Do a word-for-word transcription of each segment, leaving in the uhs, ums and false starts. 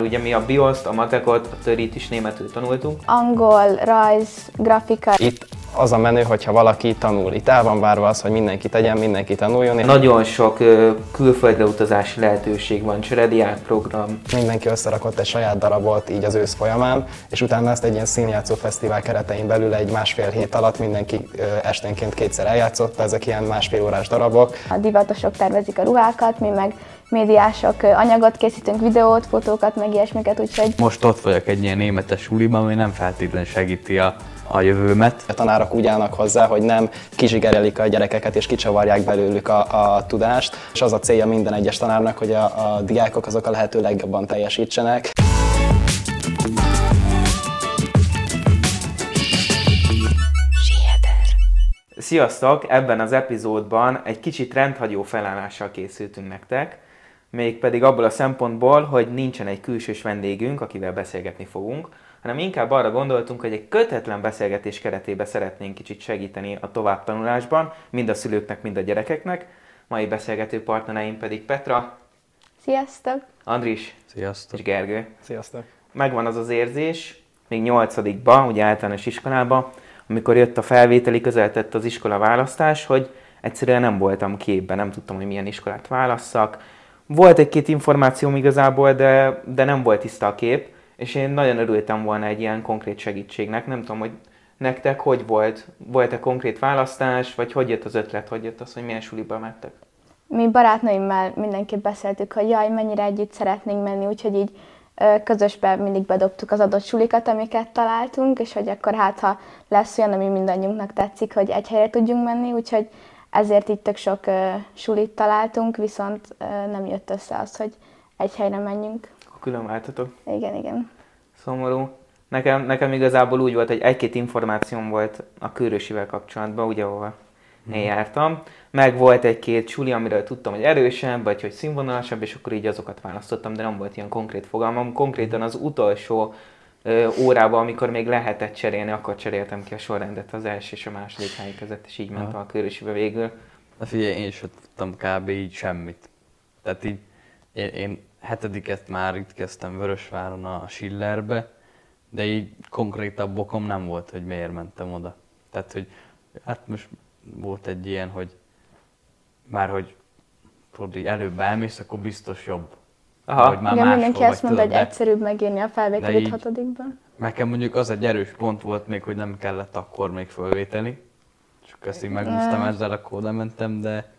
ugye mi a bioszt, a matekot, a törit is németül tanultunk. Angol, rajz, grafika. Itt az a menő, hogyha valaki tanul. Itt el van várva az, hogy mindenki tegyen, mindenki tanuljon. Nagyon sok ö, külföldre utazási lehetőség van, cserediák program. Mindenki összerakott egy saját darabot így az ősz folyamán, és utána ezt egy ilyen színjátszó fesztivál keretein belül egy másfél hét alatt mindenki ö, esténként kétszer eljátszotta, ezek ilyen másfél órás darabok. A divatosok tervezik a ruhákat, mi meg médiások anyagot készítünk, videót, fotókat, meg ilyesmiket, úgyhogy... Most ott vagyok egy ilyen németes suliban, ami nem feltétlenül segíti a, a jövőmet. A tanárok úgy állnak hozzá, hogy nem kizsigerelik a gyerekeket és kicsavarják belőlük a, a tudást, és az a célja minden egyes tanárnak, hogy a, a diákok azok a lehető legjobban teljesítsenek. Sziasztok! Ebben az epizódban egy kicsit rendhagyó felállással készültünk nektek, mégpedig abból a szempontból, hogy nincsen egy külsős vendégünk, akivel beszélgetni fogunk, hanem inkább arra gondoltunk, hogy egy kötetlen beszélgetés keretében szeretnénk kicsit segíteni a továbbtanulásban, mind a szülőknek, mind a gyerekeknek. Mai beszélgető partnereim pedig Petra. Sziasztok! Andris. Sziasztok! És Gergő. Sziasztok! Megvan az az érzés, még nyolcadikban, ugye általános iskolában, amikor jött a felvételi, közeltett az iskola választás, hogy egyszerűen nem voltam képben, nem tudtam, hogy milyen iskolát válasszak. Volt egy-két információm igazából, de, de nem volt tiszta a kép, és én nagyon örültem volna egy ilyen konkrét segítségnek. Nem tudom, hogy nektek hogy volt? Volt-e konkrét választás, vagy hogy jött az ötlet, hogy jött az, hogy milyen suliba mentek? Mi barátnőimmel mindenképp beszéltük, hogy jaj, mennyire együtt szeretnénk menni, úgyhogy így közösben mindig bedobtuk az adott sulikat, amiket találtunk, és hogy akkor hát, ha lesz olyan, ami mindannyiunknak tetszik, hogy egy helyre tudjunk menni, úgyhogy ezért itt tök sok uh, sulit találtunk, viszont uh, nem jött össze az, hogy egy helyre menjünk. Akkor külön váltatok? Igen, igen. Szomorú. Nekem, nekem igazából úgy volt, hogy egy-két információm volt a Kőrösivel kapcsolatban, ugye ahova mm. én jártam. Meg volt egy-két suli, amiről tudtam, hogy erősebb, vagy hogy színvonalasabb, és akkor így azokat választottam, de nem volt ilyen konkrét fogalmam. Konkrétan az utolsó ö, órában, amikor még lehetett cserélni, akkor cseréltem ki a sorrendet az első és a második hely között, és így mentem a Kőrösibe végül. Na figyelj, én sem tudtam kb. Így semmit. Tehát így én, én hetediket már itt kezdtem Vörösváron a Schillerbe, de így konkrétabb okom nem volt, hogy miért mentem oda. Tehát, hogy hát most volt egy ilyen, hogy már hogy tudod, így előbb elmész, akkor biztos jobb. Aha. Hogy már igen, mindenki azt mondta, hogy de, egyszerűbb megírni a felvételit így, hatodikban. Nekem mondjuk az egy erős pont volt még, hogy nem kellett akkor még fölvételi. Csak ezt így megúsztam ezzel, akkor oda mentem, de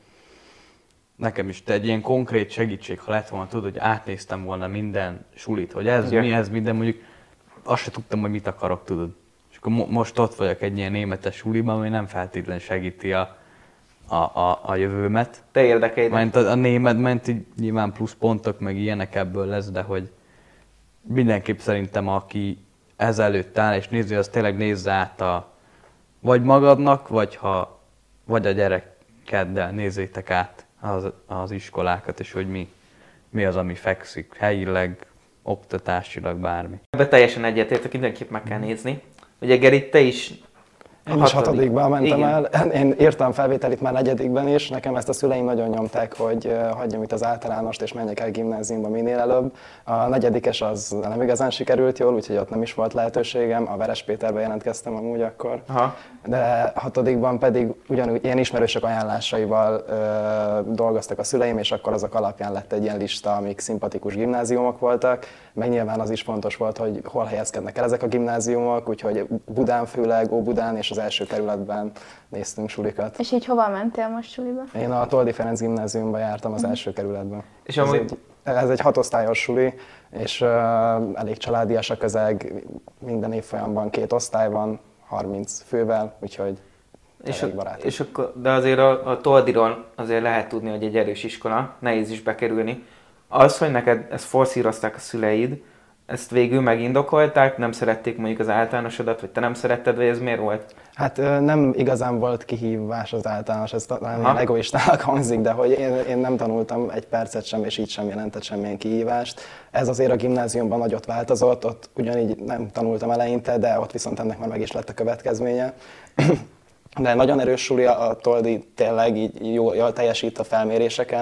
nekem is te egy ilyen konkrét segítség, ha lett volna, tudod, hogy átnéztem volna minden sulit, hogy ez igen. mi, ez minden, mondjuk azt se tudtam, hogy mit akarok, tudod. És akkor mo- most ott vagyok egy ilyen németes suliban, ami nem feltétlenül segíti a A, a, a jövőmet. Te érdekeid. Ment a, a német ment, így nyilván plusz pontok, meg ilyenek ebből lesz, de hogy mindenképp szerintem, aki ezelőtt áll és nézi, az tényleg nézze át a, vagy magadnak, vagy, ha, vagy a gyerekeddel nézzétek át az, az iskolákat, és hogy mi, mi az, ami fekszik helyileg, oktatásilag, bármi. Ebben teljesen egyetértek, mindenképp meg kell nézni. Ugye Geri, te is Én is hatodikban mentem igen. el, én írtam felvételit már negyedikben is, nekem ezt a szüleim nagyon nyomták, hogy uh, hagyjam itt az általánost és menjek el gimnáziumba minél előbb. A negyedikes az nem igazán sikerült jól, úgyhogy ott nem is volt lehetőségem, a Veres Péterbe jelentkeztem amúgy akkor. Aha. De hatodikban pedig ugyanúgy ilyen ismerősök ajánlásaival ö, dolgoztak a szüleim, és akkor azok alapján lett egy ilyen lista, amik szimpatikus gimnáziumok voltak. Meg nyilván az is fontos volt, hogy hol helyezkednek el ezek a gimnáziumok, úgyhogy Budán főleg, Óbudán és az első kerületben néztünk sulikat. És így hova mentél most suliba? Én a Toldi Ferenc gimnáziumba jártam az első kerületben. És ez, amúgy... egy, ez egy hatosztályos suli, és uh, elég családias a közeg, minden évfolyamban két osztály van, harminc fővel, úgyhogy és elég a, baráti. és akkor, de azért a, a Toldiról azért lehet tudni, hogy egy erős iskola, nehéz is bekerülni. Az, hogy neked ezt forszírozták a szüleid, ezt végül megindokolták, nem szerették mondjuk az általánosodat, vagy te nem szeretted, vagy ez miért volt? Hát nem igazán volt kihívás az általános, ez talán ilyen egoistának hangzik, de hogy én, én nem tanultam egy percet sem, és így sem jelentett semmilyen kihívást. Ez azért a gimnáziumban nagyot változott, ott ugyanígy nem tanultam eleinte, de ott viszont ennek már meg is lett a következménye. De nagyon erős suli a Toldi, tényleg így jól, jól teljesít a felméréseken,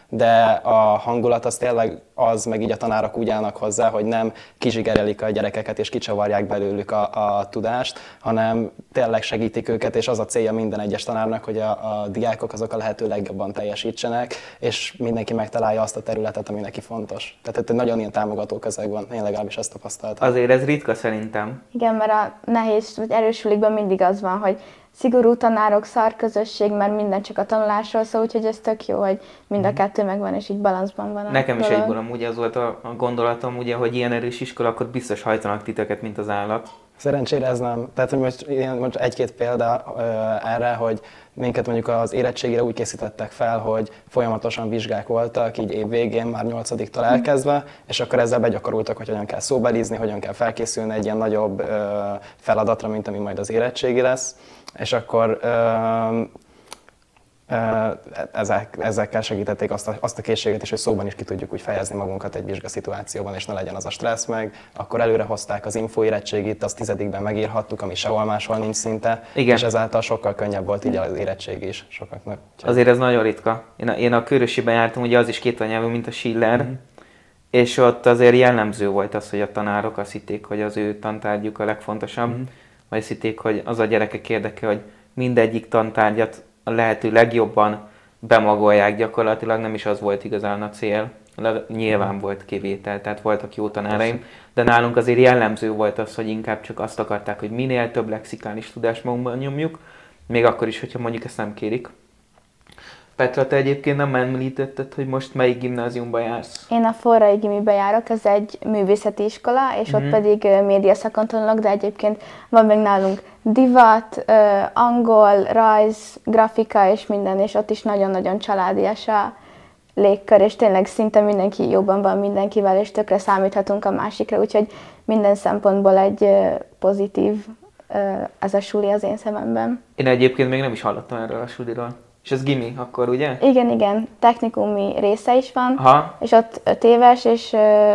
de a hangulat az tényleg az, meg így a tanárok úgy állnak hozzá, hogy nem kizsigerelik a gyerekeket és kicsavarják belőlük a, a tudást, hanem tényleg segítik őket, és az a célja minden egyes tanárnak, hogy a, a diákok azok a lehető legjobban teljesítsenek, és mindenki megtalálja azt a területet, ami neki fontos. Tehát itt nagyon ilyen támogató közeg van, én legalábbis ezt tapasztaltam. Azért ez ritka szerintem. Igen, mert a nehéz vagy erős sulikban mindig az van, hogy szigorú tanárok, szar közösség, mert minden csak a tanulásról szól, úgyhogy ez tök jó, hogy mind a kettő megvan, és így balanszban van. Nekem is egyből amúgy az volt a, a gondolatom, ugye, hogy ilyen erős iskola, akkor biztos hajtanak titeket, mint az állat. Szerencsére ez nem. Tehát, hogy most, most egy-két példa ö, erre, hogy minket mondjuk az érettségére úgy készítettek fel, hogy folyamatosan vizsgák voltak, így év végén, már nyolcadiktól elkezdve, és akkor ezzel begyakoroltak, hogy hogyan kell szóbelizni, hogyan kell felkészülni egy ilyen nagyobb ö, feladatra, mint ami majd az érettségi lesz. És akkor ö, Ezek, ezekkel segítették azt a, azt a készséget is, hogy szóban is ki tudjuk úgy fejezni magunkat egy vizsgaszituációban, és ne legyen az a stressz meg. Akkor előre hozták az infóérettségit, azt tizedikben megírhattuk, ami sehol máshol nincs szinte, igen. És ezáltal sokkal könnyebb volt így az érettség is sokaknak. Azért ez nagyon ritka. Én a, én a Körösiben jártam, ugye az is két anyelvű, mint a Schiller, mm-hmm. és ott azért jellemző volt az, hogy a tanárok azt hitték, hogy az ő tantárgyuk a legfontosabb, mm-hmm. vagy azt hitték, hogy az a gyerekek érdeke, hogy mindegyik tantárgyat a lehető legjobban bemagolják, gyakorlatilag nem is az volt igazán a cél. Nyilván volt kivétel, tehát voltak jó tanáraim, de nálunk azért jellemző volt az, hogy inkább csak azt akarták, hogy minél több lexikális tudást magunkban nyomjuk, még akkor is, hogyha mondjuk ezt nem kérik. Petra, te egyébként nem említetted, hogy most melyik gimnáziumba jársz? Én a Forrai Gimibe járok, ez egy művészeti iskola, és mm-hmm. ott pedig média szakon tanulok, de egyébként van még nálunk divat, angol, rajz, grafika és minden, és ott is nagyon-nagyon családias a légkör, és tényleg szinte mindenki jobban van mindenkivel, és tökre számíthatunk a másikra, úgyhogy minden szempontból egy pozitív ez a suli az én szememben. Én egyébként még nem is hallottam erről a suliról. És ez gimi akkor, ugye? Igen, igen. Technikumi része is van, aha. És ott öt éves, és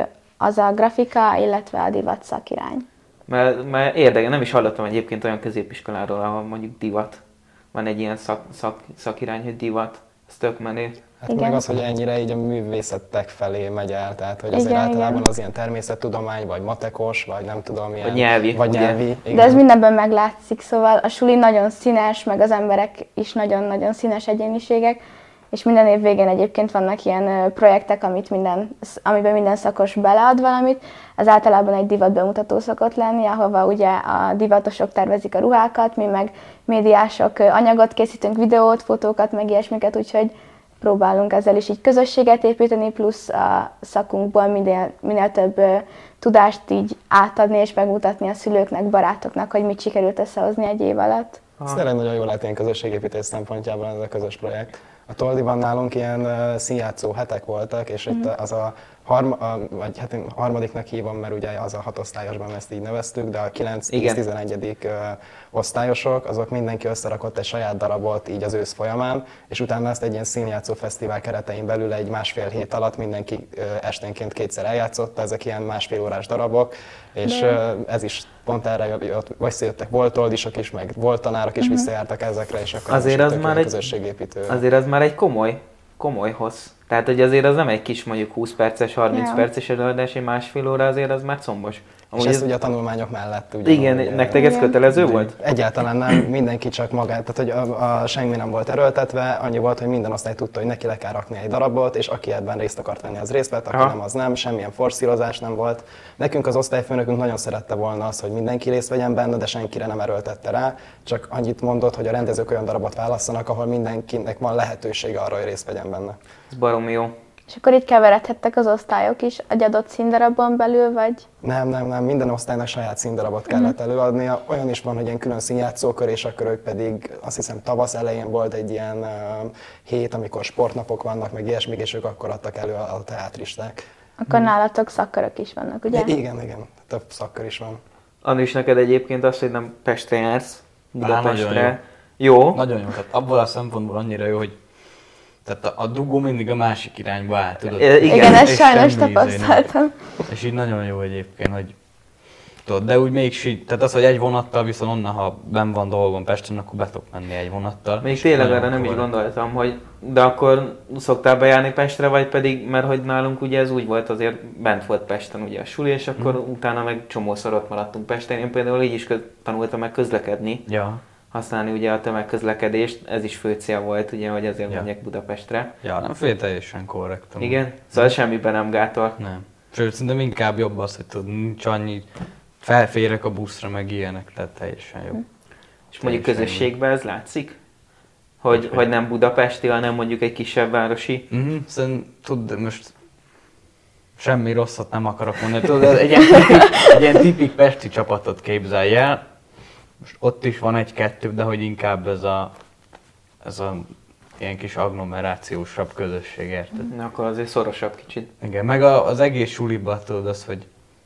az a grafika, illetve a divat szakirány. Mert, mert érdekes, nem is hallottam egyébként olyan középiskoláról, ahol mondjuk divat. Van egy ilyen szak, szak, szakirány, hogy divat. Ez tök menő. Hát igen. Meg az, hogy ennyire így a művészetek felé megy el, tehát hogy azért igen, általában igen. Az ilyen természettudomány, vagy matekos, vagy nem tudom milyen. Vagy nyelvi. Vagy nyelvi. De ez mindenben meglátszik, szóval a suli nagyon színes, meg az emberek is nagyon-nagyon színes egyéniségek, és minden év végén egyébként vannak ilyen projektek, amit minden, amiben minden szakos belead valamit. Ez általában egy divat bemutató szokott lenni, ahova ugye a divatosok tervezik a ruhákat, mi meg médiások anyagot készítünk, videót, fotókat, meg ilyesmiket, úgyhogy próbálunk ezzel is így közösséget építeni, plusz a szakunkból minél, minél több uh, tudást így átadni és megmutatni a szülőknek, barátoknak, hogy mit sikerült összehozni egy év alatt. Ez tényleg nagyon jól lehet ilyen közösségépítés szempontjából ez a közös projekt. A Toldiban nálunk ilyen uh, színjátszó hetek voltak, és mm-hmm. itt az a, harma, a vagy hát én harmadiknak hívom, mert ugye az a hatosztályosban ezt így neveztük, de a kilenc tíz tizenegyedik Uh, osztályosok, azok mindenki összerakott egy saját darabot így az ősz folyamán, és utána ezt egy ilyen színjátszó fesztivál keretein belül egy másfél hét alatt mindenki uh, esténként kétszer eljátszotta, ezek ilyen másfél órás darabok, és uh, ez is pont erre jött, vagy jöttek volt oldisok is, meg volt tanárok is uh-huh. visszajártak ezekre, és akkor azért az már egy közösségépítő. Azért az már egy komoly, komoly hossz. Tehát, hogy azért az nem egy kis mondjuk húsz perces, harminc yeah. perces előadás, egy másfél óra, azért az már combos. Amúgy és ezt ez... ugye a tanulmányok mellett. Ugye, igen, ugye, nektek ez kötelező volt? Egyáltalán nem, mindenki csak magát, tehát hogy a, a semmi nem volt erőltetve, annyi volt, hogy minden osztály tudta, hogy neki le kell rakni egy darabot, és aki ebben részt akart venni, az részt vett, aki aha. nem, az nem, semmilyen forszírozás nem volt. Nekünk az osztályfőnökünk nagyon szerette volna az, hogy mindenki részt vegyen benne, de senkire nem erőltette rá, csak annyit mondott, hogy a rendezők olyan darabot válasszanak, ahol mindenkinek van lehetősége arra, hogy részt vegyen benne. Ez baromi jó. És akkor így keveredhettek az osztályok is egy adott színdarabon belül, vagy? Nem, nem, nem, minden osztálynak saját színdarabot kellett uh-huh. előadnia. Olyan is van, hogy ilyen külön színjátszókör, és akkor ők pedig azt hiszem tavasz elején volt egy ilyen uh, hét, amikor sportnapok vannak, meg ilyesmik, és ők akkor adtak elő a, a teátristák. Akkor hmm. nálatok szakkörök is vannak, ugye? I- igen, igen, több szakkör is van. Andris, neked egyébként az, hogy nem Pestre jársz, Budapestre. Jó. jó. Nagyon jó, tehát abból a szempontból annyira jó, hogy tehát a, a dugó mindig a másik irányba áll, tudod? Igen, igen ezt sajnos tapasztaltam. És így nagyon jó egyébként, hogy tudod, de úgy mégis így, tehát az, hogy egy vonattal, viszont onnan, ha benn van dolgom Pesten, akkor be tudok menni egy vonattal. Még tényleg arra nem is gondoltam, hogy de akkor szoktál bejárni Pestre, vagy pedig, mert hogy nálunk ugye ez úgy volt, azért bent volt Pesten ugye a suli, és akkor mm. utána meg csomószor ott maradtunk Pesten. Én például így is köz, tanultam meg közlekedni, ja. használni ugye a tömegközlekedést, ez is fő cél volt ugye, hogy ezért ja. menjek Budapestre. Ja, nem fél teljesen korrekt. Igen? Szóval mm. semmiben nem gátol. Nem. Sőt, szerintem inkább jobb az, hogy tudod, nincs annyi, felférek a buszra, meg ilyenek, tehát teljesen jobb. És mondjuk közösségben ez látszik? Hogy, hogy nem budapesti, hanem mondjuk egy kisebb városi? Mm-hmm. Szerintem, tudod, most semmi rosszat nem akarok mondani. Tudod, egy ilyen, tipik, egy ilyen tipik pesti csapatot képzelj el. Most ott is van egy-kettő, de hogy inkább ez a, ez a ilyen kis agglomerációsabb közösség, érted? Na, akkor azért szorosabb kicsit. Igen, meg a, az egész suliban tudod az, hogy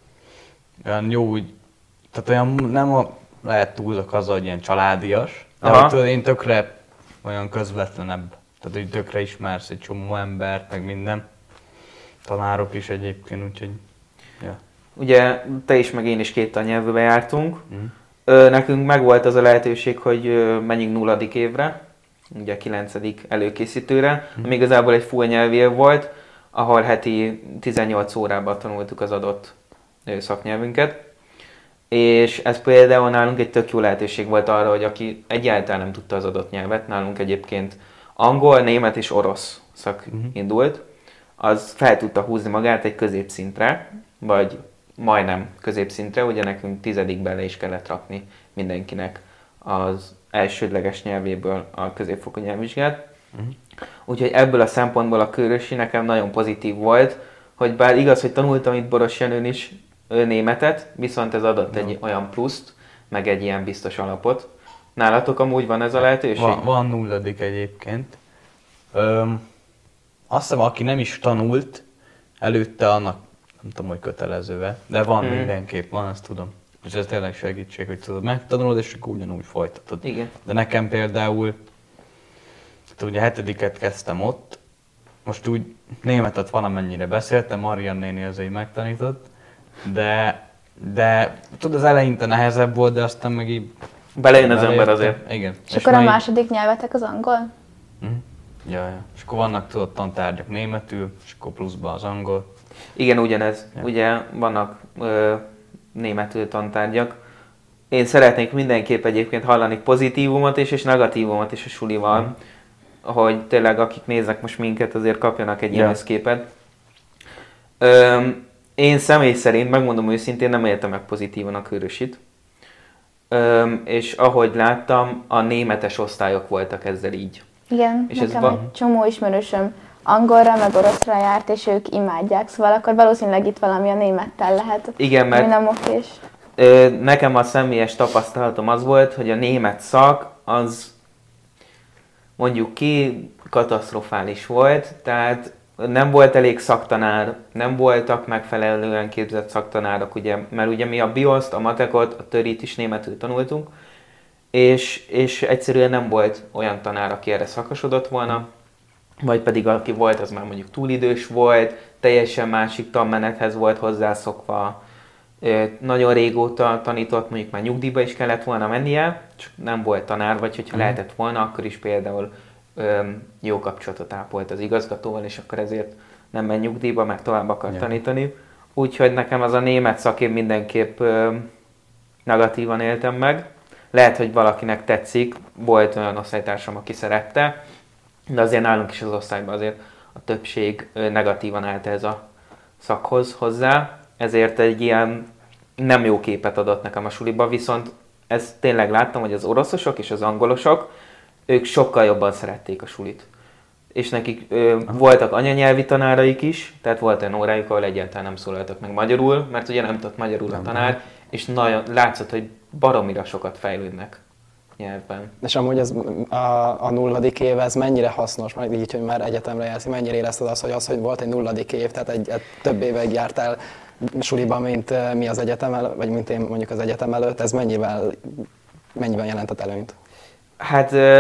olyan jó úgy, tehát olyan nem a, lehet túlzok az, hogy ilyen családias, de hogy tudod, én tökre olyan közvetlenebb, tehát hogy tökre ismersz egy csomó embert, meg minden. Tanárok is egyébként, úgyhogy, ja. Ugye te is, meg én is két tannyelvűbe jártunk. Mm. Ö, nekünk megvolt az a lehetőség, hogy ö, menjünk nulladik évre, ugye a kilencedik előkészítőre, mm. ami igazából egy full nyelvi év volt, ahol heti tizennyolc órában tanultuk az adott ö, szaknyelvünket. És ez például nálunk egy tök jó lehetőség volt arra, hogy aki egyáltalán nem tudta az adott nyelvet, nálunk egyébként angol, német és orosz szak uh-huh. indult, az fel tudta húzni magát egy középszintre, vagy majdnem középszintre, ugye nekünk tizedikben le is kellett rakni mindenkinek az elsődleges nyelvéből a középfokú nyelvvizsgát. Uh-huh. Úgyhogy ebből a szempontból a Kőrösi nekem nagyon pozitív volt, hogy bár igaz, hogy tanultam itt Boros Jenőn is németet, viszont ez adott no. egy olyan pluszt, meg egy ilyen biztos alapot. Nálatok amúgy van ez a lehetőség? Van, van nulladik egyébként. Öm, azt hiszem, aki nem is tanult, előtte annak, nem tudom, hogy kötelezőve, de van hmm. mindenképp, van, azt tudom. És ez tényleg segítség, hogy tudod, megtanulod, és akkor ugyanúgy folytatod. Igen. De nekem például, hát ugye hetediket kezdtem ott, most úgy németet valamennyire beszéltem, Marian néni azért megtanított, de, de tudod, az eleinte nehezebb volt, de aztán meg így... Belejön az ember azért. Igen. És, és akkor a második nyelvetek az angol? Uh-huh. Ja, ja. És akkor vannak tudod tantárgyak németül, és akkor pluszban az angol. Igen, ugyanez. Ja. Ugye vannak ö, németül tantárgyak. Én szeretnék mindenképp egyébként hallani pozitívumot is, és negatívumot is a sulival. Uh-huh. Hogy tényleg akik néznek most minket, azért kapjanak egy ja. ilyen összképet. Ö, Én személy szerint, megmondom őszintén, nem éltem meg pozitívan a Kőrösit. Öm, és ahogy láttam, a németes osztályok voltak ezzel így. Igen, és nekem ez egy csomó ismerősöm angolra, meg oroszra járt, és ők imádják, szóval akkor valószínűleg itt valami a némettel lehet. Igen, mert nem okés. Ö, nekem a személyes tapasztalatom az volt, hogy a német szak az mondjuk ki katasztrofális volt, tehát nem volt elég szaktanár, nem voltak megfelelően képzett szaktanárok, ugye, mert ugye mi a bioszt, a matekot, a törit is németül tanultunk, és, és egyszerűen nem volt olyan tanár, aki erre szakosodott volna, vagy pedig aki volt, az már mondjuk túlidős volt, teljesen másik tanmenethez volt hozzászokva, nagyon régóta tanított, mondjuk már nyugdíjba is kellett volna mennie, csak nem volt tanár, vagy hogyha lehetett volna, akkor is például jó kapcsolatot ápolt az igazgatóval, és akkor ezért nem ment nyugdíjba, meg tovább akar ja. tanítani. Úgyhogy nekem az a német szakén mindenképp ö, negatívan éltem meg. Lehet, hogy valakinek tetszik, volt olyan osztálytársam, aki szerette, de azért nálunk is az osztályban azért a többség ö, negatívan állt ez a szakhoz hozzá, ezért egy ilyen nem jó képet adott nekem a suliba, viszont ezt tényleg láttam, hogy az oroszosok és az angolosok, ők sokkal jobban szerették a sulit. És nekik ö, voltak anyanyelvi tanáraik is, tehát volt olyan órájuk, ahol egyáltalán nem szólaltak meg magyarul, mert ugye nem tudott magyarul a tanár, és nagyon látszott, hogy baromira sokat fejlődnek nyelvben. És amúgy ez a, a nulladik év, ez mennyire hasznos, majd így, hogy már egyetemre jársz, mennyire érezted azt, hogy az, hogy volt egy nulladik év, tehát egy, egy több évig jártál suliban, mint mi az egyetem előtt, vagy mint én mondjuk az egyetem előtt, ez mennyivel, mennyivel jelentett előnyt? Hát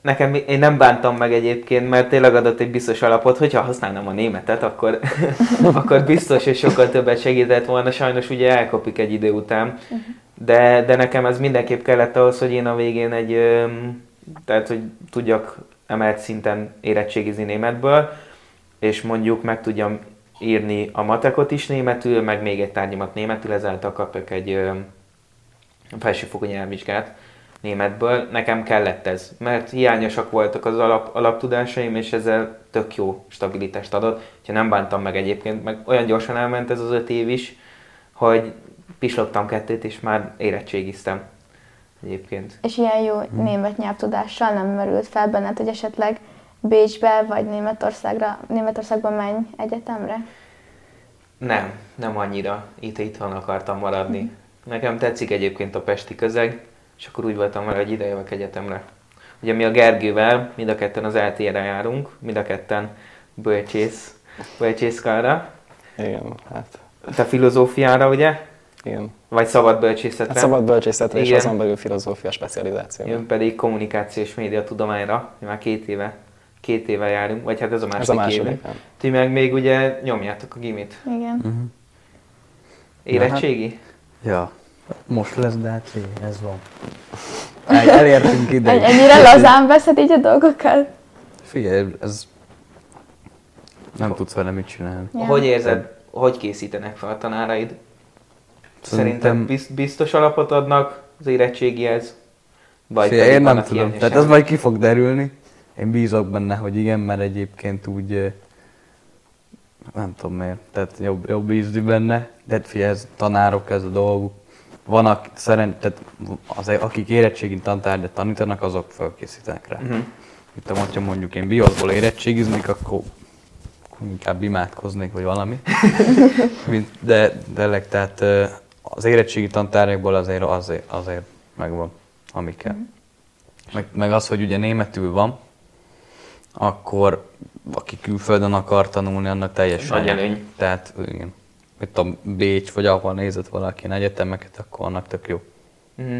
nekem, én nem bántam meg egyébként, mert tényleg adott egy biztos alapot, hogyha használnám a németet, akkor, akkor biztos, hogy sokkal többet segített volna, sajnos ugye elkopik egy idő után. De, de nekem ez mindenképp kellett ahhoz, hogy én a végén egy, tehát hogy tudjak emelt szinten érettségizni németből, és mondjuk meg tudjam írni a matekot is németül, meg még egy tárgyamat németül, ezáltal kapok egy felsőfokú nyelvvizsgát németből. Nekem kellett ez, mert hiányosak voltak az alap, alaptudásaim, és ezzel tök jó stabilitást adott. Ha nem bántam meg egyébként, meg olyan gyorsan elment ez az öt év is, hogy pislogtam kettőt, és már érettségiztem egyébként. És ilyen jó német nyelvtudással nem merült fel benned, hogy esetleg Bécsbe vagy Németországra, Németországban menj egyetemre? Nem, nem annyira. Itt itthon akartam maradni. Mm. Nekem tetszik egyébként a pesti közeg, és akkor úgy voltam vele, hogy ide jövök egyetemre. Ugye mi a Gergővel, mind a ketten az é té é-re járunk, mind a ketten bölcsész, bölcsészkarra. Igen, hát. Te filozófiára, ugye? Igen. Vagy szabad bölcsészetre? Hát szabad bölcsészetre, és Igen. azon belül filozófia specializáció. Én pedig kommunikációs média tudományra, mi már két éve, két éve járunk, vagy hát ez a második, ez a második éve. nem. Ti meg még ugye nyomjátok a gimit. Igen. Uh-huh. Érettségi? Ja, most lesz, de hát figyelj, ez van. El, elértünk ide. Ennyire lazán veszed így a dolgokat? Figyelj, ez nem tudsz vele mit csinálni. Ja. Hogy érzed, hogy készítenek fel a tanáraid? Szerinted Szerintem- bizt- biztos alapot adnak az érettségihez? Vagy Figyelj, pedig én nem vannak tudom, hiányosak? tehát ez majd ki fog derülni. Én bízok benne, hogy igen, mert egyébként úgy ö, nem tudom miért, tehát jobb, jobb ízni benne, de figyelj, ez tanárok, ez a dolguk. Vannak szerint, tehát az, akik érettségin tantárgyat tanítanak, azok felkészítenek rá. Uh-huh. Itt, hogyha mondjuk én bioszból érettségiznék, akkor akkor inkább imádkoznék, vagy valami. Mint- de tényleg, tehát ö, az érettségi tantárgyakból azért, azért, azért megvan, ami kell. Meg, meg az, hogy ugye németül van, akkor aki külföldön akar tanulni, annak teljesen Nagy előny. Tehát igen, itt a Bécs, vagy ahol nézett valaki egyetemeket, akkor annak tök jó. Uh-huh.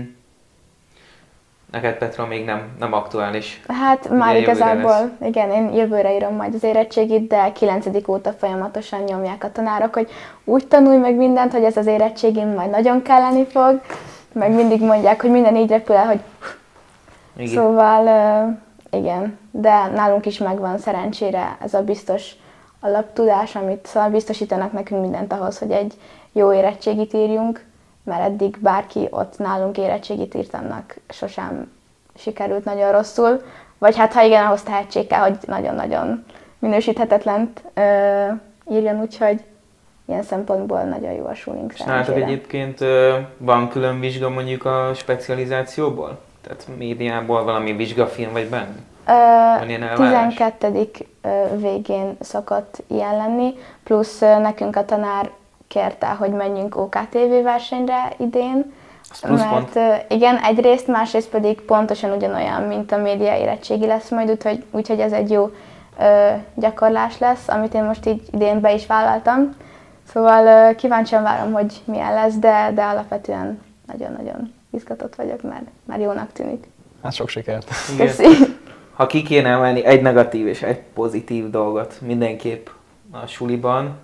Neked, Petra, még nem, nem aktuális. Hát Ugye már jövőre igazából, lesz. igen, én jövőre írom majd az érettségit, de kilencedik óta folyamatosan nyomják a tanárok, hogy úgy tanulj meg mindent, hogy ez az érettségim majd nagyon kelleni fog, meg mindig mondják, hogy minden így repül el, hogy Igen. szóval uh, igen, de nálunk is megvan szerencsére ez a biztos alaptudás, amit szóval biztosítanak nekünk mindent ahhoz, hogy egy jó érettségit írjunk, mert eddig bárki ott nálunk érettségit írt, annak sosem sikerült nagyon rosszul, vagy hát ha igen, ahhoz tehetség kell, hogy nagyon-nagyon minősíthetetlent uh, írjon, úgyhogy ilyen szempontból nagyon jó a schooling És nálatok szerencsére. egyébként ö, van külön vizsga mondjuk a specializációból? Tehát médiából valami vizsgafilm vagy benne? Van ilyen Ö, elvárás? tizenkettedik végén szokott ilyen lenni, plusz ö, nekünk a tanár kérte, hogy menjünk o ká té vé versenyre idén, Az plusz mert pont. ö, igen, egyrészt, másrészt pedig pontosan ugyanolyan, mint a média érettségi lesz majd, úgyhogy, úgyhogy ez egy jó ö, gyakorlás lesz, amit én most így idén be is vállaltam. Szóval ö, kíváncsian várom, hogy milyen lesz, de, de alapvetően nagyon-nagyon izgatott vagyok, mert már jónak tűnik. Hát sok sikert. Igen. Köszi! Ha ki kéne emelni egy negatív és egy pozitív dolgot mindenképp a suliban,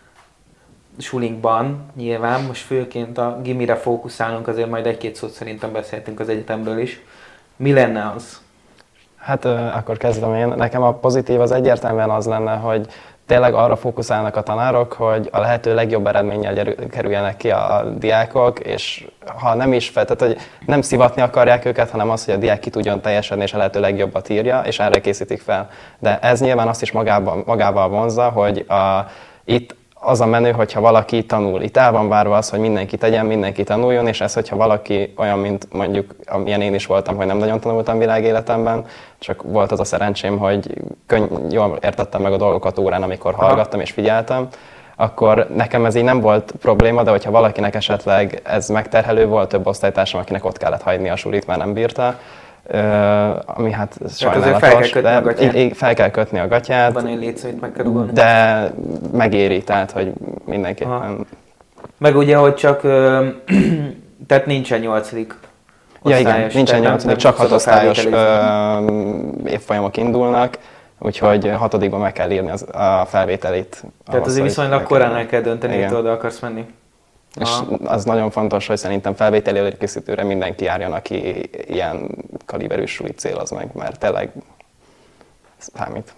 sulinkban nyilván, most főként a gimire fókuszálunk, azért majd egy-két szót szerintem beszéltünk az egyetemről is. Mi lenne az? Hát ö, akkor kezdem én. Nekem a pozitív az egyértelműen az lenne, hogy tényleg arra fókuszálnak a tanárok, hogy a lehető legjobb eredménnyel gyerül- kerüljenek ki a diákok, és ha nem is fel, tehát hogy nem szivatni akarják őket, hanem az, hogy a diák ki tudjon teljesedni, és a lehető legjobbat írja, és erre készítik fel. De ez nyilván azt is magával, magával vonzza, hogy a, itt az a menő, hogyha valaki tanul. Itt el van várva az, hogy mindenki tegyen, mindenki tanuljon, és ez, hogyha valaki olyan, mint mondjuk, amilyen én is voltam, hogy nem nagyon tanultam világéletemben, csak volt az a szerencsém, hogy könny- jól értettem meg a dolgokat órán, amikor hallgattam és figyeltem, akkor nekem ez így nem volt probléma, de hogyha valakinek esetleg ez megterhelő volt, több osztálytársam, akinek ott kellett hagyni a sulit, mert nem bírta, Uh, ami hát azért fel kell sajnálatos, kötni a de gatyát. í- í- fel kell kötni a gatyát, Van egy létszó, amit meg kell rugolni. de megéri, tehát hogy mindenképpen. Aha. Meg ugye, hogy csak, ö, tehát nincsen nyolcadik Ja igen, osztályos, nincsen tehát nem- nyolcadik, nem csak hat tudok osztályos felvételizni. ö, évfolyamok indulnak, úgyhogy hatodikban meg kell írni az, a felvételit. Tehát ahhoz, azért hogy viszonylag meg korán el kell dönteni, Igen. hogy oda akarsz menni. És Aha. az nagyon fontos, hogy szerintem felvételi előkészítőre mindenki járjon, aki ilyen kaliberű súlyt céloz meg, mert tényleg számít.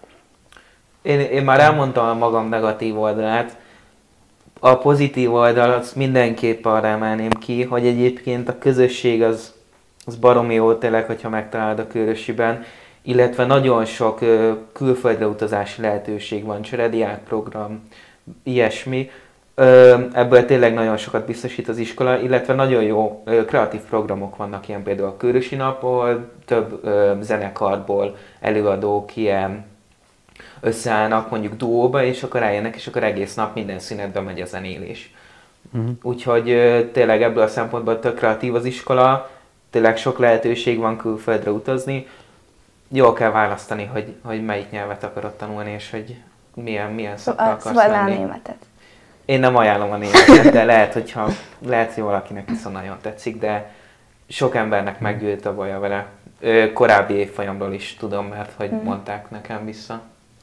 Én, én már elmondtam a magam negatív oldalát. A pozitív oldal, azt mindenképp arra emelném ki, hogy egyébként a közösség az, az baromi jó tényleg, hogyha megtalálod a Körösiben, illetve nagyon sok ö, külföldre utazási lehetőség van, cserediák program, ilyesmi. Ö, ebből tényleg nagyon sokat biztosít az iskola, illetve nagyon jó ö, kreatív programok vannak, ilyen például a Körösi Nap, ahol több ö, zenekarból előadók ilyen összeállnak mondjuk duóba, és akkor eljönnek, és akkor egész nap minden szünetben megy a zenélés. Uh-huh. Úgyhogy ö, tényleg ebből a szempontból tök kreatív az iskola, tényleg sok lehetőség van külföldre utazni. Jól kell választani, hogy, hogy melyik nyelvet akarod tanulni, és hogy milyen, milyen szakra Szóval, akarsz szóval a menni. németet. Én nem ajánlom a németet, de lehet, hogyha, lehet, hogy valakinek viszont nagyon tetszik, de sok embernek meggyűlt a baja vele. Ö, korábbi évfolyamról is tudom, mert hogy Mhm. mondták nekem vissza.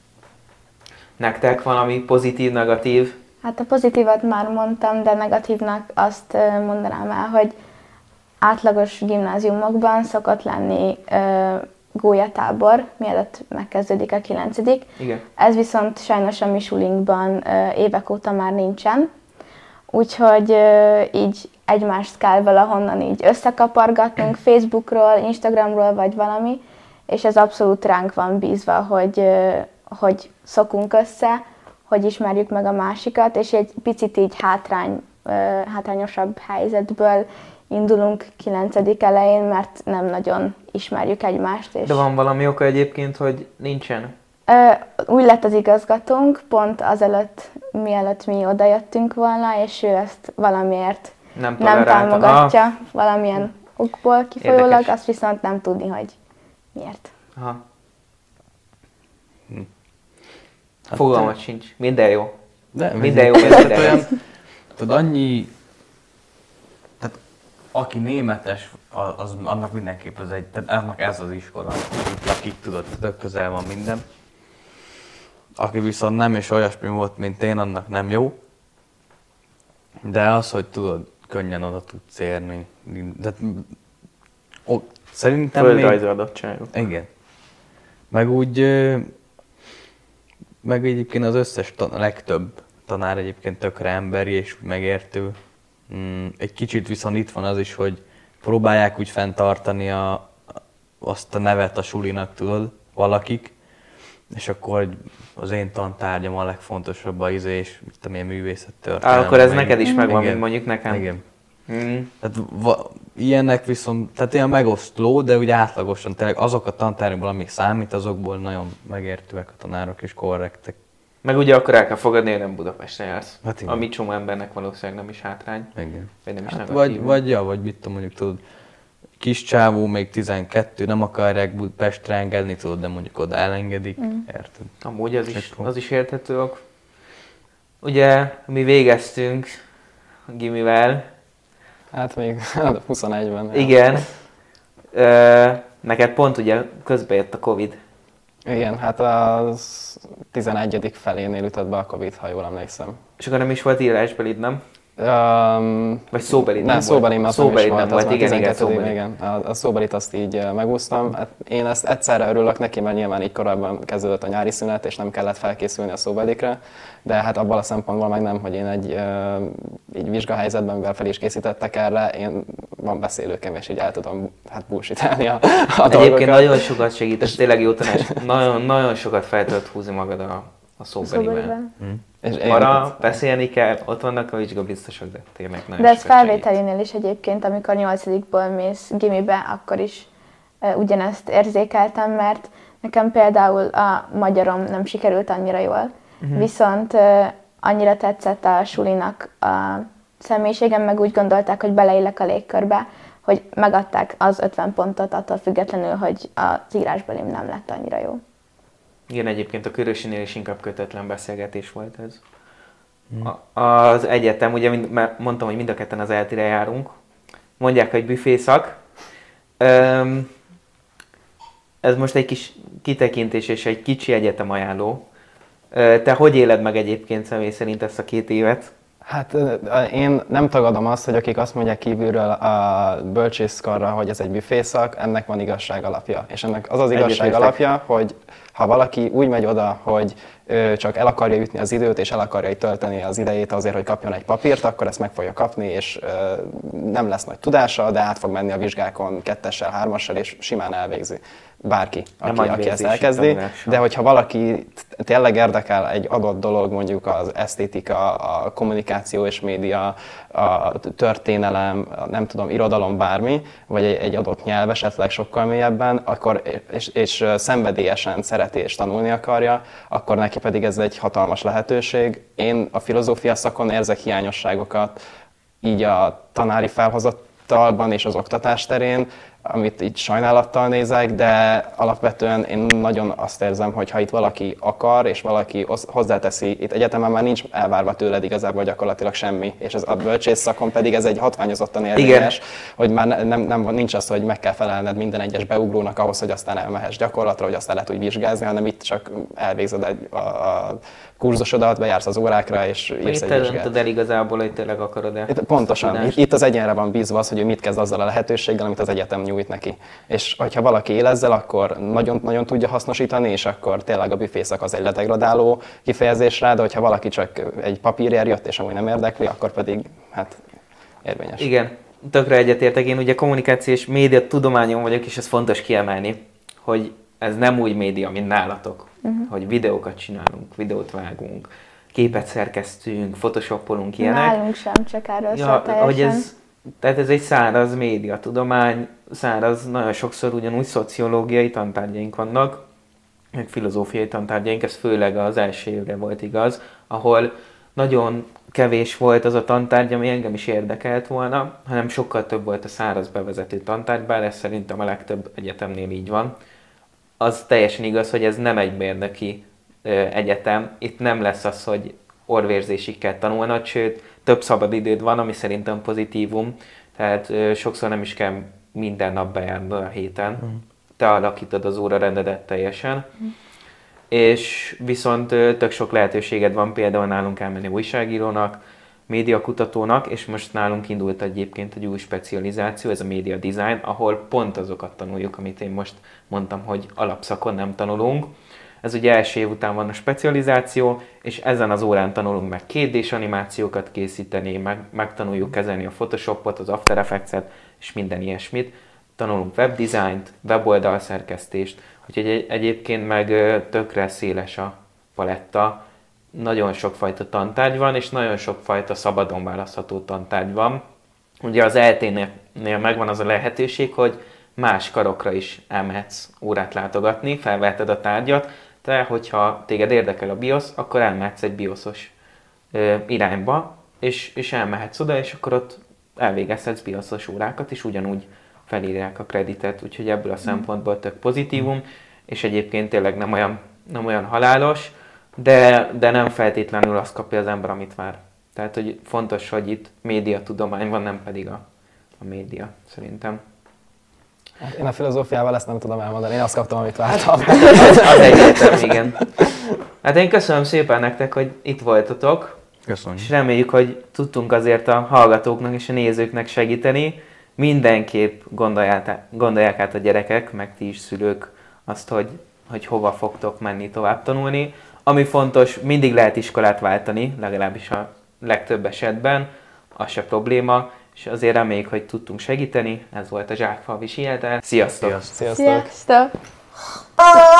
Nektek valami pozitív, negatív? Hát a pozitívat már mondtam, de negatívnak azt ö, mondanám el, hogy átlagos gimnáziumokban szokott lenni ö, gólyatábor, mielőtt megkezdődik a kilencedik. Igen. Ez viszont sajnos a mi sulinkban ö, évek óta már nincsen, úgyhogy ö, így egymást kell valahonnan így összekapargatnunk Facebookról, Instagramról vagy valami, és ez abszolút ránk van bízva, hogy, ö, hogy szokunk össze, hogy ismerjük meg a másikat, és egy picit így hátrány, ö, hátrányosabb helyzetből indulunk kilencedik elején, mert nem nagyon ismerjük egymást. És De van valami oka egyébként, hogy nincsen? Ö, úgy lett az igazgatónk, pont azelőtt, mielőtt mi odajöttünk volna, és ő ezt valamiért Nem nem tolerálta. támogatja, Ah, valamilyen okból kifolyólag, Érdekes. azt viszont nem tudni, hogy miért. aha. Hát Fogalmat sincs. Minden jó. De Minden jó, tehát minden olyan, rossz. tudod, annyi, tehát aki németes, az, az annak mindenképp az egy, tehát annak ez az iskola, akik tudod, tök közel van minden. Aki viszont nem és olyasmi volt, mint én, annak nem jó. De az, hogy tudod, könnyen oda tudsz érni. De, ó, szerintem még... Földrajzi adottságok. Igen. Meg úgy, ö, meg egyébként az összes, tan- a legtöbb tanár egyébként tökre emberi és úgy megértő. Mm, egy kicsit viszont itt van az is, hogy próbálják úgy fenntartani a, azt a nevet a sulinak, tudod, valakik, és akkor hogy az én tantárgyam a legfontosabb a izé, és mit tudom én, művészettörténelem. Á, akkor ez meg- neked is megvan, Igen. mint mondjuk nekem. Igen. Mm. Tehát va, ilyenek viszont, tehát ilyen megosztló, de úgy átlagosan tényleg azok a tantárgyakból, amik számít, azokból nagyon megértőek a tanárok és korrektek. Meg ugye akkor el kell fogadni, hogy nem Budapesten jársz. Hát igen. Ami csomó embernek valószínűleg nem is hátrány, Igen. vagy nem is Hát negatív. vagy, vagy, ja, vagy mit tudom, mondjuk tudod, kis csávó, még tizenkettő, nem akarják Budapestre engedni, tudod, de mondjuk oda elengedik, Mm. érted? Amúgy az is, Akkor- az is érthető ok. Ugye mi végeztünk a gimivel. Hát még huszonegyben. Igen. Ö, neked pont ugye közbe jött a Covid. Igen, hát az tizenegyedik felénél ütött be a Covid, ha jól emlékszem. És akkor nem is volt írásbelid, nem? Um, Vagy szóbeli nem nem, volt? szóbeli az nem is Szóbeli nem volt, az volt, már igen, igen, tizenkettődik, szóbeli. igen. A, a szóbelit azt így eh, megúsztam. Hát én ezt egyszerre örülök neki, mert nyilván így korábban kezdődött a nyári szünet, és nem kellett felkészülni a szóbelikre, de hát abban a szempontból meg nem, hogy én egy uh, így vizsgahelyzetben, mivel fel is készítettek erre, én van beszélőkem, és így el tudom hát bullshitálni a, a Egyébként dolgokat. nagyon sokat segít, és tényleg jó tanács. Nagyon, nagyon sokat fel tudod húzni magad a, a szóbelivel. Szóbeliben. És én- Arra beszélni kell, ott vannak a vizsgabiztosok, de tényleg nagyon De ez sokat segít. felvételinél is egyébként, amikor nyolcadikból mész gimibe, akkor is e, ugyanezt érzékeltem, mert nekem például a magyarom nem sikerült annyira jól, uh-huh. viszont e, annyira tetszett a sulinak a személyiségem, meg úgy gondolták, hogy beleillek a légkörbe, hogy megadták az ötven pontot attól függetlenül, hogy az írásbelim nem lett annyira jó. Igen, egyébként a Körösinél is inkább kötetlen beszélgetés volt ez. A, az egyetem, ugye mind, mert mondtam, hogy mind a ketten az eltére járunk. Mondják, hogy büfészak, Öm, ez most egy kis kitekintés és egy kicsi egyetem ajánló. Te hogy éled meg egyébként személy szerint ezt a két évet? Hát én nem tagadom azt, hogy akik azt mondják kívülről a bölcsészkarra, hogy ez egy büfészak, ennek van igazság alapja. És ennek az az igazság alapja, hogy ha valaki úgy megy oda, hogy ő csak el akarja ütni az időt, és el akarja tölteni az idejét azért, hogy kapjon egy papírt, akkor ezt meg fogja kapni, és nem lesz nagy tudása, de át fog menni a vizsgákon kettessel, hármassal, és simán elvégzi. Bárki, aki, aki ezt elkezdi. De hogyha valaki tényleg érdekel egy adott dolog, mondjuk az esztétika, a kommunikáció és média, a történelem, a nem tudom, irodalom, bármi, vagy egy, egy adott nyelv esetleg sokkal mélyebben, akkor, és, és szenvedélyesen szereti és tanulni akarja, akkor neki pedig ez egy hatalmas lehetőség. Én a filozófia szakon érzek hiányosságokat, így a tanári felhozatalban és az oktatás terén, amit így sajnálattal nézek, de alapvetően én nagyon azt érzem, hogy ha itt valaki akar, és valaki hozzáteszi, itt egyetemen már nincs elvárva tőled igazából gyakorlatilag semmi, és ez a bölcsész szakon pedig ez egy hatványozottan érvényes, hogy már nem, nem, nincs az, hogy meg kell felelned minden egyes beugrónak ahhoz, hogy aztán elmehess gyakorlatra, hogy aztán le tudj vizsgázni, hanem itt csak elvégzed egy, a, a kurzusodat, bejársz az órákra, és írsz egy vizsgát. Itt döntöd el igazából, hogy tényleg akarod-e. Pontosan. Itt az egyénre van bízva az, hogy ő mit kezd azzal a lehetőséggel, amit az egyetem nyújt neki. És hogyha valaki él ezzel, akkor nagyon-nagyon tudja hasznosítani, és akkor tényleg a büfészak az egy ledegradáló kifejezés rá, de hogyha valaki csak egy papírért jött, és amúgy nem érdekli, akkor pedig hát érvényes. Igen, tökre egyetértek. Én ugye kommunikáció és média tudományon vagyok, és ez fontos kiemelni, hogy ez nem úgy média, mint nálatok, uh-huh. hogy videókat csinálunk, videót vágunk, képet szerkesztünk, photoshopolunk, ilyenek. Nálunk sem, csak erről ja, szól teljesen. Hogy ez, tehát ez egy száraz média tudomány, száraz, nagyon sokszor ugyanúgy szociológiai tantárgyaink vannak, meg filozófiai tantárgyaink, ez főleg az első évre volt igaz, ahol nagyon kevés volt az a tantárgy, ami engem is érdekelt volna, hanem sokkal több volt a száraz bevezető tantárgy, bár ez szerintem a legtöbb egyetemnél így van. Az teljesen igaz, hogy ez nem egy mérnöki ö, egyetem. Itt nem lesz az, hogy orvérzésig kell tanulnod, sőt, több szabad időd van, ami szerintem pozitívum. Tehát ö, sokszor nem is kell minden nap bejárnod a héten. Mm. Te alakítod az órarendedet teljesen. Mm. És viszont ö, tök sok lehetőséged van, például nálunk elmenni újságírónak, médiakutatónak, és most nálunk indult egyébként egy új specializáció, ez a média design, ahol pont azokat tanuljuk, amit én most mondtam, hogy alapszakon nem tanulunk. Ez ugye első év után van a specializáció, és ezen az órán tanulunk meg két dés animációkat készíteni, meg, megtanuljuk kezelni a Photoshopot, az After Effects-et, és minden ilyesmit. Tanulunk webdesignt, weboldalszerkesztést, úgyhogy egy, egyébként meg tökre széles a paletta. Nagyon sokfajta tantárgy van, és nagyon sokfajta szabadon választható tantárgy van. Ugye az é té-nél megvan az a lehetőség, hogy más karokra is elmehetsz órát látogatni, felveheted a tárgyat, de hogyha téged érdekel a BIOS, akkor elmehetsz egy BIOS-os ö, irányba, és, és elmehetsz oda, és akkor ott elvégezhetsz BIOS-os órákat, és ugyanúgy felírják a kreditet, úgyhogy ebből a szempontból tök pozitívum, és egyébként tényleg nem olyan, nem olyan halálos, De, de nem feltétlenül azt kapja az ember, amit vár. Tehát, hogy fontos, hogy itt médiatudomány van, nem pedig a, a média, szerintem. Hát én a filozófiával ezt nem tudom elmondani, én azt kaptam, amit vártam. az, az egyértelmű, igen. Hát én köszönöm szépen nektek, hogy itt voltatok. Köszönöm. És reméljük, hogy tudtunk azért a hallgatóknak és a nézőknek segíteni. Mindenképp gondolják, gondolják át a gyerekek, meg ti is szülők azt, hogy, hogy hova fogtok menni tovább tanulni. Ami fontos, mindig lehet iskolát váltani, legalábbis a legtöbb esetben, az se probléma, és azért reméljük, hogy tudtunk segíteni. Ez volt a Zsákfalvi Sietel. Sziasztok! Sziasztok! Sziasztok!